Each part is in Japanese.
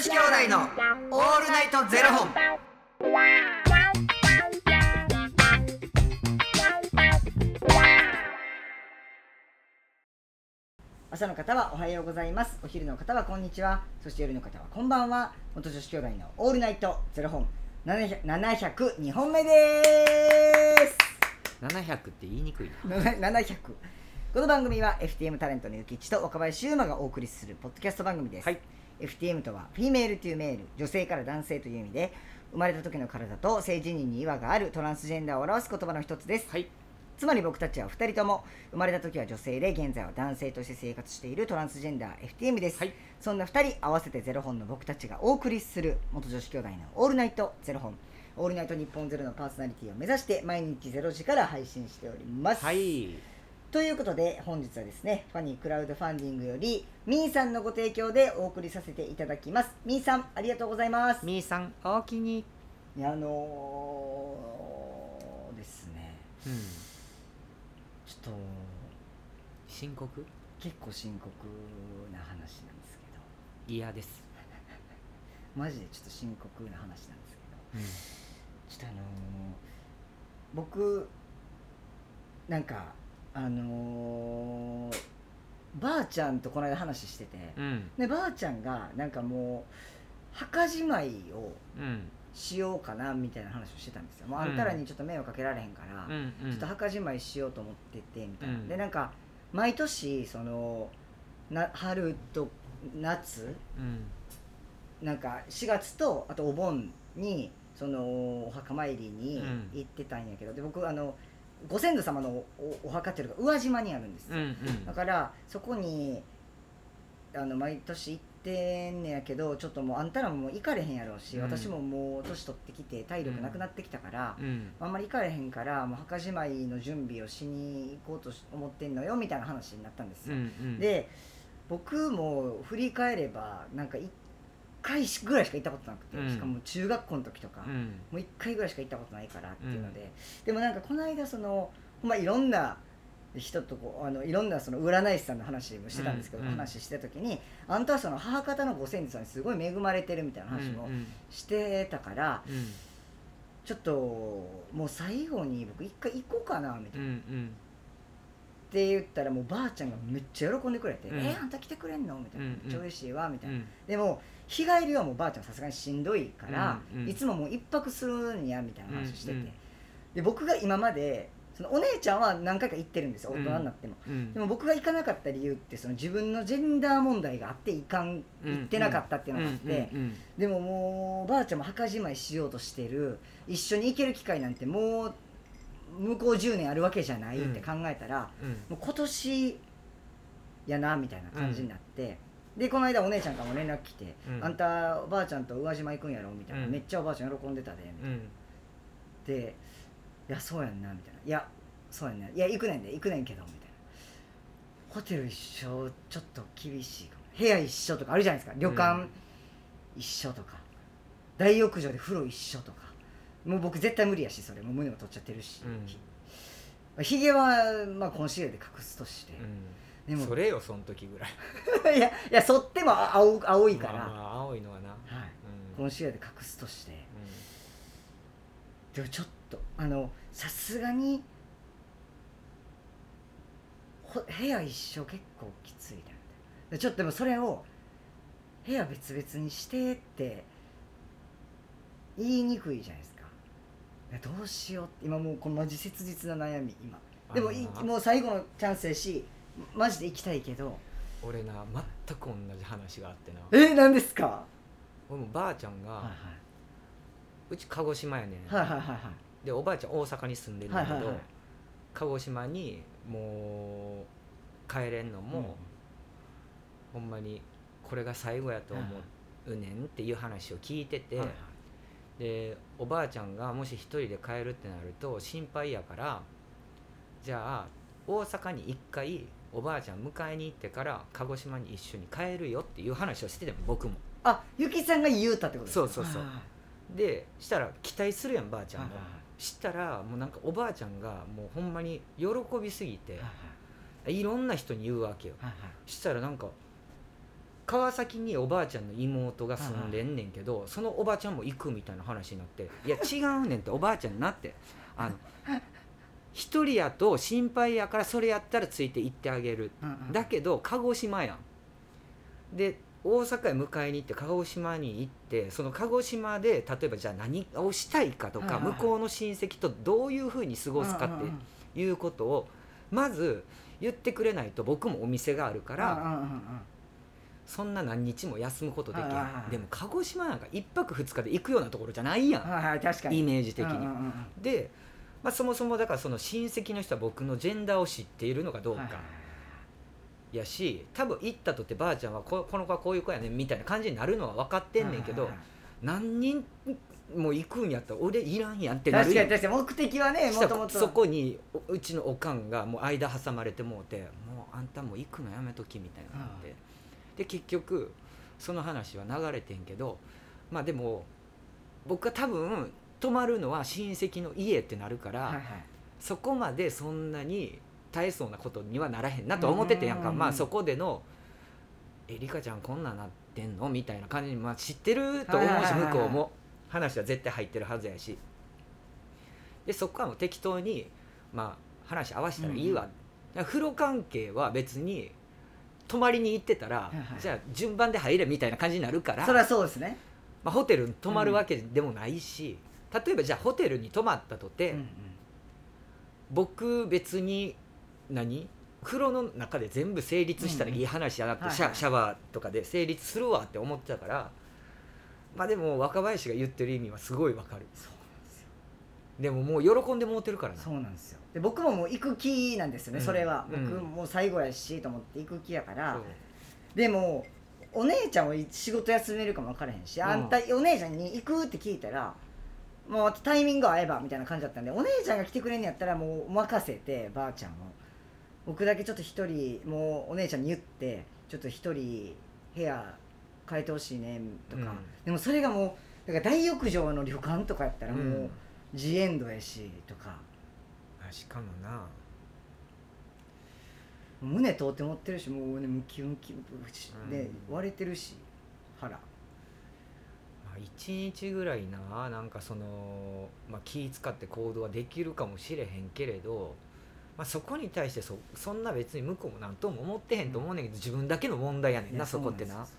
子兄弟のオールナイトゼロ本。 朝の方はおはようございます。お昼の方はこんにちは。そして夜の方はこんばんは。元女子兄弟のオールナイトゼロ本702本目です。 700って言いにくいな。 700。この番組は FTM タレントのゆきちと若林優馬がお送りするポッドキャスト番組です。はい、FTM とはフィメールというメール、女性から男性という意味で、生まれた時の体と性自認に違和があるトランスジェンダーを表す言葉の一つです。はい、つまり僕たちは2人とも生まれた時は女性で現在は男性として生活しているトランスジェンダー FTM です。はい、そんな2人合わせてゼロ本の僕たちがお送りする元女子兄弟のオールナイトゼロ本、オールナイト日本ゼロのパーソナリティを目指して毎日0時から配信しております。はい、ということで本日はですね、ファニークラウドファンディングよりみーさんのご提供でお送りさせていただきます。みーさんありがとうございます。 みーさんおおきに。 ですね、ちょっと深刻？ 結構深刻な話なんですけど。 嫌ですマジでちょっと深刻な話なんですけど、ちょっと僕なんかばあちゃんとこの間話してて、でばあちゃんがなんかもう墓じまいをしようかなみたいな話をしてたんですよ。もうあんたらにちょっと迷惑かけられへんから、ちょっと墓じまいしようと思っててみたいな、でなんか毎年その春と夏、なんか4月とあとお盆にそのお墓参りに行ってたんやけど、で僕ご先祖様の お墓っていうのが宇和島にあるんですよ。だからそこに毎年行ってんねやけど、ちょっともうあんたらももう行かれへんやろうし、私ももう年取ってきて体力なくなってきたから、あんまり行かれへんからもう墓じまいの準備をしに行こうと思ってんのよみたいな話になったんですよ。で僕も振り返ればなんか1回ぐらいしか行ったことなくて、しかも中学校の時とか、もう1回ぐらいしか行ったことないからっていうので、でもなんかこの間そのほんまいろんな人とこういろんなその占い師さんの話もしてたんですけど、話してた時にあんたはその母方のご先祖さんにすごい恵まれてるみたいな話もしてたから、ちょっともう最後に僕一回行こうかなみたいな、って言ったらもうばあちゃんがめっちゃ喜んでくれて、あんた来てくれんのみたいな、めっちゃ嬉しいわみたいな、でも日帰りはもうばあちゃんさすがにしんどいから、いつももう一泊するんやみたいな話してて、で僕が今までそのお姉ちゃんは何回か行ってるんですよ、大人になっても、でも僕が行かなかった理由ってその自分のジェンダー問題があって行ってなかったっていうのがあって、でももうばあちゃんも墓じまいしようとしてる、一緒に行ける機会なんてもう向こう10年あるわけじゃないって考えたら、もう今年やなみたいな感じになって、でこの間お姉ちゃんからも連絡来て、あんたおばあちゃんと宇和島行くんやろみたいな、めっちゃおばあちゃん喜んでたでみたいな、でいやそうやんなみたいな、いやそうやんな、いや行くねんけどみたいな、ホテル一緒ちょっと厳しいかも、部屋一緒とかあるじゃないですか、旅館一緒とか、大浴場で風呂一緒とか、もう僕絶対無理やし、それもう胸も取っちゃってるし、ひげはまあコンシーラーで隠すとして、 でもそれよその時ぐらいいや剃っても青いから、 青いのはな、 コンシーラーで隠すとして、でもちょっとさすがに部屋一緒結構きついな、ちょっとでもそれを部屋別々にしてって言いにくいじゃないですか。どうしようって今もうこのマジ切実な悩み今でももう最後のチャンスやしマジで行きたいけど、 俺な全く同じ話があってな。 何ですか？ 俺もばあちゃんが、うち鹿児島やねん、でおばあちゃん大阪に住んでるんだけど、鹿児島にもう帰れんのも、ほんまにこれが最後やと思うねんっていう話を聞いてて、でおばあちゃんがもし一人で帰るってなると心配やから、じゃあ大阪に一回おばあちゃん迎えに行ってから鹿児島に一緒に帰るよっていう話をしてても、僕もゆきさんが言うたってことですか？ そうでしたら期待するやんばあちゃんも、したらもうなんかおばあちゃんがもうほんまに喜びすぎて、いろんな人に言うわけよ、したらなんか川崎におばあちゃんの妹が住んでんねんけど、そのおばあちゃんも行くみたいな話になって、いや違うねんって、おばあちゃんになって一人やと心配やからそれやったらついて行ってあげる、だけど鹿児島やんで、大阪へ迎えに行って鹿児島に行って、その鹿児島で例えばじゃあ何をしたいかとか、向こうの親戚とどういうふうに過ごすかっていうことをまず言ってくれないと、僕もお店があるからそんな何日も休むことできない。でも鹿児島なんか1泊2日で行くようなところじゃないやん、 確かにイメージ的に。で、そもそもだからその親戚の人は僕のジェンダーを知っているのかどうかやし、多分行ったとってばあちゃんはこの子はこういう子やねんみたいな感じになるのは分かってんねんけど、何人も行くんやったら俺いらんやんってなるやん。 確かに目的はね、もともとそこにうちのおかんがもう間挟まれてもうて、もうあんたも行くのやめときみたいなので、で結局その話は流れてんけど、でも僕は多分泊まるのは親戚の家ってなるから、そこまでそんなに大層なことにはならへんなと思っててやんか。そこでのリカちゃんこんなんなってんのみたいな感じに、知ってると思うし、向こうも話は絶対入ってるはずやし、でそこはもう適当に話合わせたらいいわ、風呂関係は別に泊まりに行ってたら、じゃあ順番で入れみたいな感じになるから、 そりゃそうですね。 ホテルに泊まるわけでもないし、例えばじゃあホテルに泊まったとて、僕別に風呂の中で全部成立したらいい話やなって、シャワーとかで成立するわって思ってたから、でも若林が言ってる意味はすごいわかる。そうなんですよ。でももう喜んでもうてるからな。 そうなんですよ。で僕ももう行く気なんですよね、それは。僕もう最後やしと思って行く気やから。でもお姉ちゃんは仕事休めるかも分からへんし、あんたお姉ちゃんに行くって聞いたらもうタイミング合えばみたいな感じだったんで、お姉ちゃんが来てくれんやったらもう任せて、ばあちゃんを僕だけちょっと一人もうお姉ちゃんに言って、ちょっと一人部屋変えてほしいねとか、でもそれがもうだから大浴場の旅館とかやったらもうジエンドやしとか、 しかもな胸通って持ってるし、もう胸ムキムキで割れてるし腹。 1日ぐらいなんかその、気使って行動はできるかもしれへんけれど、そこに対してそんな別に向こうも何とも思ってへんと思うねんけど、自分だけの問題やねんな、そこってな。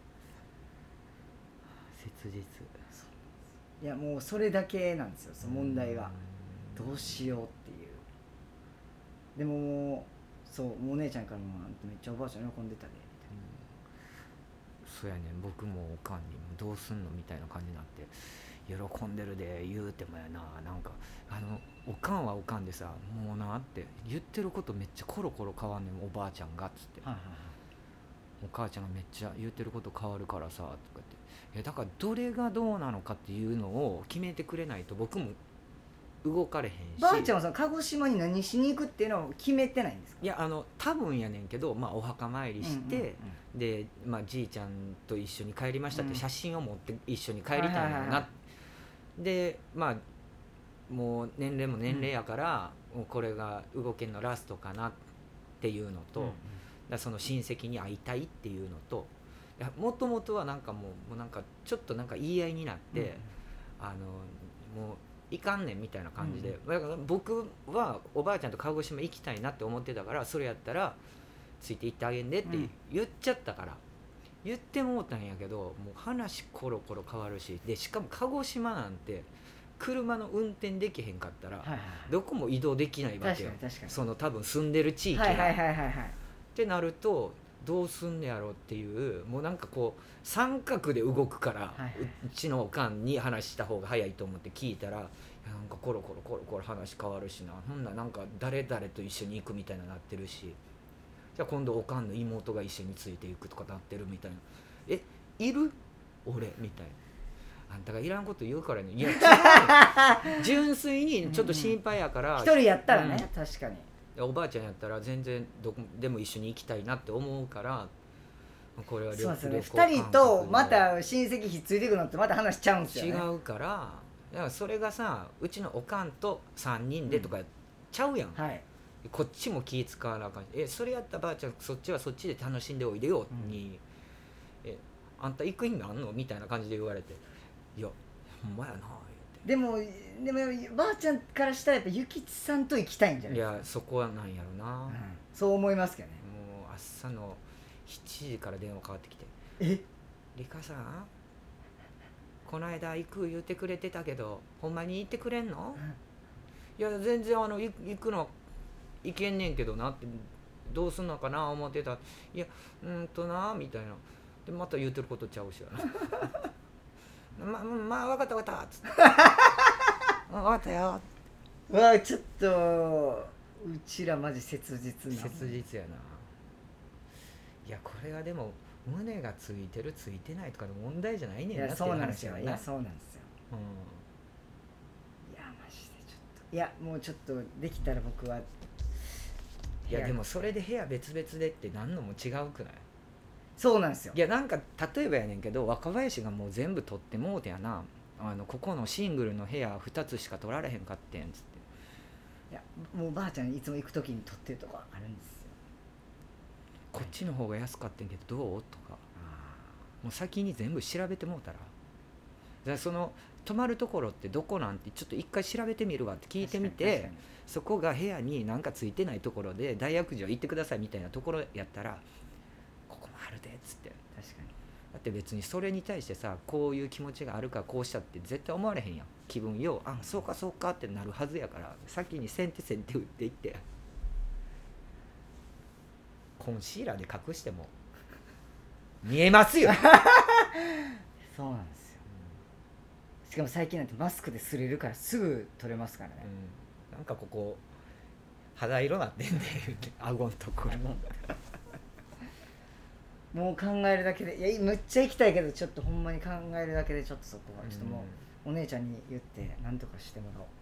切実。 いやもうそれだけなんですよ、その問題は。どうしようっていう。でももうもうお姉ちゃんからもめっちゃおばあちゃん喜んでたでみたいな。そうやねん、僕もおかんにどうすんのみたいな感じになって、喜んでるで言うてもやな、なんかおかんはおかんでさ、もうなって言ってることめっちゃコロコロ変わんねん、おばあちゃんがっつって、お母ちゃんがめっちゃ言ってること変わるからさとかって、だからどれがどうなのかっていうのを決めてくれないと僕も動かれへんし。 ばあちゃんは鹿児島に何しに行くっていうのを決めてないんですか？ いや多分やねんけど、お墓参りして、で、じいちゃんと一緒に帰りましたって写真を持って一緒に帰りたいな、でもう年齢も年齢やから、もうこれが動けんのラストかなっていうのと、だその親戚に会いたいっていうのと、もともとはなんかもうなんかちょっとなんか言い合いになって、もういかんねんみたいな感じで、だから僕はおばあちゃんと鹿児島行きたいなって思ってたから、それやったらついて行ってあげんでって言っちゃったから、言ってもうたんやけど、もう話コロコロ変わるし、でしかも鹿児島なんて車の運転できへんかったらどこも移動できないわけよ、その多分住んでる地域が。ってなるとどうすんねやろっていう、もうなんかこう三角で動くから、うちのおかんに話した方が早いと思って聞いたら、なんかコロコロ話変わるしな、ほんななんか誰々と一緒に行くみたいななってるし、じゃあ今度おかんの妹が一緒についていくとかなってるみたいな、いる俺みたいな、あんたがいらんこと言うからね、いや違う純粋にちょっと心配やから、 一人やったらね、確かにおばあちゃんやったら全然どこでも一緒に行きたいなって思うから、これはそうですね、2人とまた親戚ひっついていくのってまた話しちゃうんですよね。 違うから、だからそれがさ、うちのおかんと3人でとかちゃうやん、こっちも気使わなあかんし、それやったらばあちゃんそっちはそっちで楽しんでおいでよにあんた行く意味あんのみたいな感じで言われて、いやほんまやなでもばあちゃんからしたらやっぱゆきちさんと行きたいんじゃないですか。 いやそこはなんやろな、 そう思いますけどね。 もう朝の7時から電話かかってきて、リカさんこの間行く言ってくれてたけどほんまに行ってくれんの、いや全然行くの行けんねんけどなって、どうすんのかな思ってた、いやなみたいな、でまた言うてることちゃうしやなまあ分かった分かったっつって分かったよ。 わあちょっとうちらマジ切実な。 切実やな。いやこれはでも胸がついてるついてないとかの問題じゃないねんなっていう話やな。 そうなんですよ。いやそうなんですよ、いやマジでちょっと、いやもうちょっとできたら僕は、 いやでもそれで部屋別々でってなんのも違うくない？ そうなんですよ。 いやなんか例えばやねんけど、若林がもう全部取ってもうてやな、ここのシングルの部屋2つしか取られへんかってんっつって、 いやもうばあちゃんいつも行く時に取ってるとこあるんですよ。 こっちの方が安かってんけどどうとか、もう先に全部調べてもうたら、じゃあその泊まるところってどこなんてちょっと一回調べてみるわって聞いてみて、そこが部屋になんかついてないところで大悪事は行ってくださいみたいなところやったら、ここもあるでっつって。 確かに。 だって別にそれに対してさ、こういう気持ちがあるからこうしたって絶対思われへんやん。気分よ、あそうかそうかってなるはずやから、先に先手打っていって、コンシーラーで隠しても見えますよそうなんですよ、しかも最近なんてマスクで擦れるからすぐ取れますからね、 なんかここ肌色なってんで顎のところもう考えるだけで、いやむっちゃ行きたいけど、ちょっとほんまに考えるだけでちょっとそこはちょっともうお姉ちゃんに言って何とかしてもらお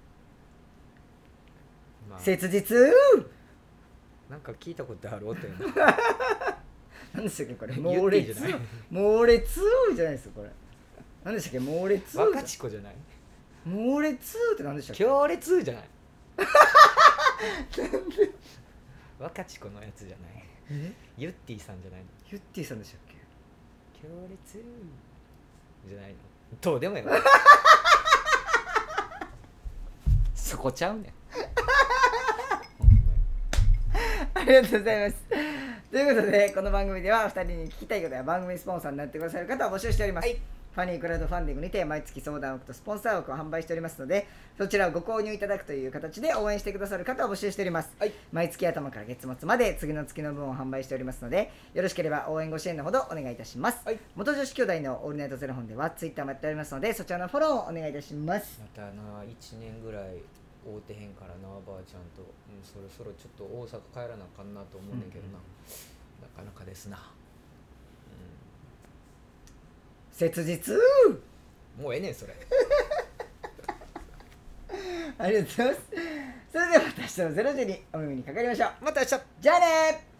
う、切実なんか聞いたことあるって何でしたっけこれ、猛烈猛烈じゃないですよこれ、何でしたっけ猛烈若智子じゃない、 猛烈って何でしたっけ、 強烈じゃない若智子のやつじゃない、ユッティさんじゃないの、 ユッティさんでしたっけ、 強烈じゃないの、どうでもよそこちゃうねんありがとうございます。ということでこの番組では2人に聞きたいことや番組スポンサーになってくださる方を募集しております、ファニークラウドファンディングにて毎月相談枠とスポンサー枠を販売しておりますので、そちらをご購入いただくという形で応援してくださる方を募集しております、毎月頭から月末まで次の月の分を販売しておりますので、よろしければ応援ご支援のほどお願いいたします、元女子兄弟のオールナイトゼロ本ではツイッターもやっておりますので、そちらのフォローをお願いいたします。 またな1年ぐらい会うてへんからな、ばあちゃんと、そろそろちょっと大阪帰らなあかんなと思うねんけどな、なかなかですな、 切実もうええねんそれありがとうございます。それでは私との0時にお耳にかかりましょう。 また明日、 じゃあねー。